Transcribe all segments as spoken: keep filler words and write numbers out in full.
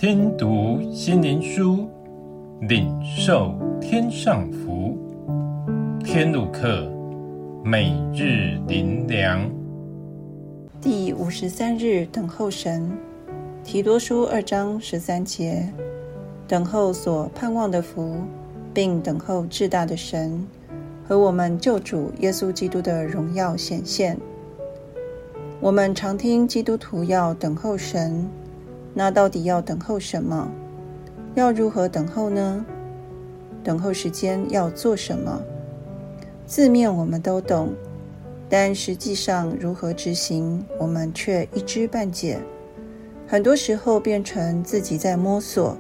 听读心灵书，领受天上福。天路客，每日灵粮。 第五十三日，等候神。提多书二章十三节，等候所盼望的福，并等候至大的神和我们救主耶稣基督的荣耀显现。我们常听基督徒要等候神，那到底要等候什么？要如何等候呢？等候时间要做什么？字面我们都懂，但实际上如何执行，我们却一知半解。很多时候变成自己在摸索。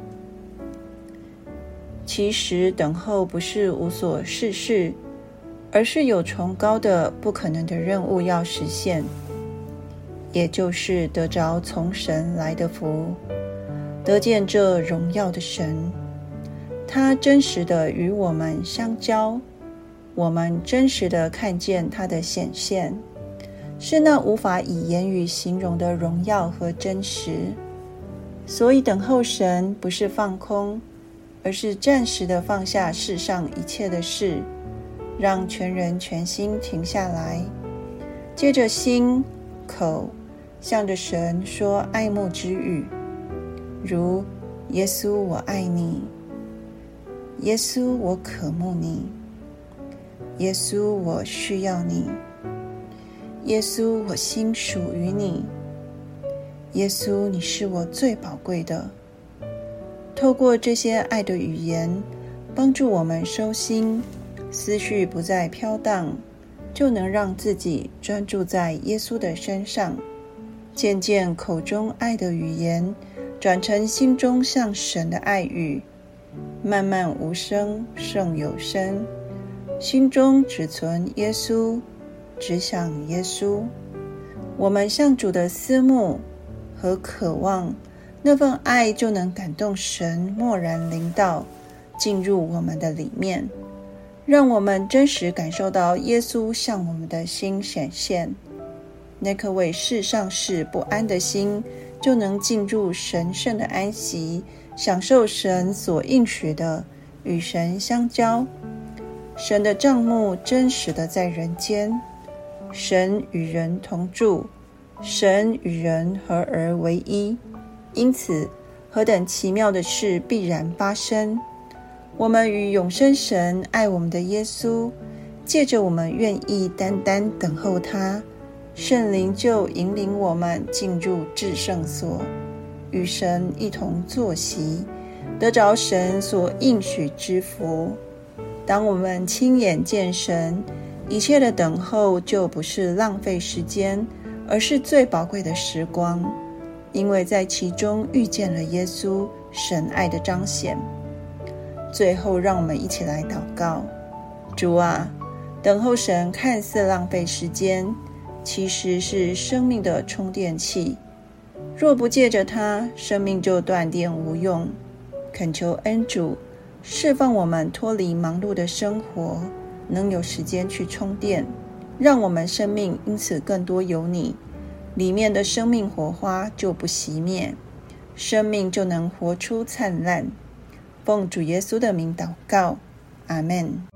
其实等候不是无所事事，而是有崇高的不可能的任务要实现，也就是得着从神来的福，得见这荣耀的神，他真实的与我们相交，我们真实的看见他的显现，是那无法以言语形容的荣耀和真实。所以等候神不是放空，而是暂时的放下世上一切的事，让全人全心停下来，借着心口向着神说爱慕之语，如耶稣我爱你，耶稣我渴慕你，耶稣我需要你，耶稣我心属于你，耶稣你是我最宝贵的。透过这些爱的语言，帮助我们收心，思绪不再飘荡，就能让自己专注在耶稣的身上，渐渐口中爱的语言转成心中向神的爱语，慢慢无声胜有声，心中只存耶稣，只想耶稣。我们向主的思慕和渴望，那份爱就能感动神默然临到，进入我们的里面，让我们真实感受到耶稣向我们的心显现。那颗为世上事不安的心，就能进入神圣的安息，享受神所应许的，与神相交。神的帐幕真实的在人间，神与人同住，神与人合而为一，因此何等奇妙的事必然发生。我们与永生神爱我们的耶稣，借着我们愿意单单等候他，圣灵就引领我们进入至圣所，与神一同坐席，得着神所应许之福。当我们亲眼见神，一切的等候就不是浪费时间，而是最宝贵的时光，因为在其中遇见了耶稣，神爱的彰显。最后让我们一起来祷告。主啊，等候神看似浪费时间，其实是生命的充电器，若不借着它，生命就断电无用。恳求恩主释放我们脱离忙碌的生活，能有时间去充电，让我们生命因此更多有你，里面的生命火花就不熄灭，生命就能活出灿烂。奉主耶稣的名祷告，阿们。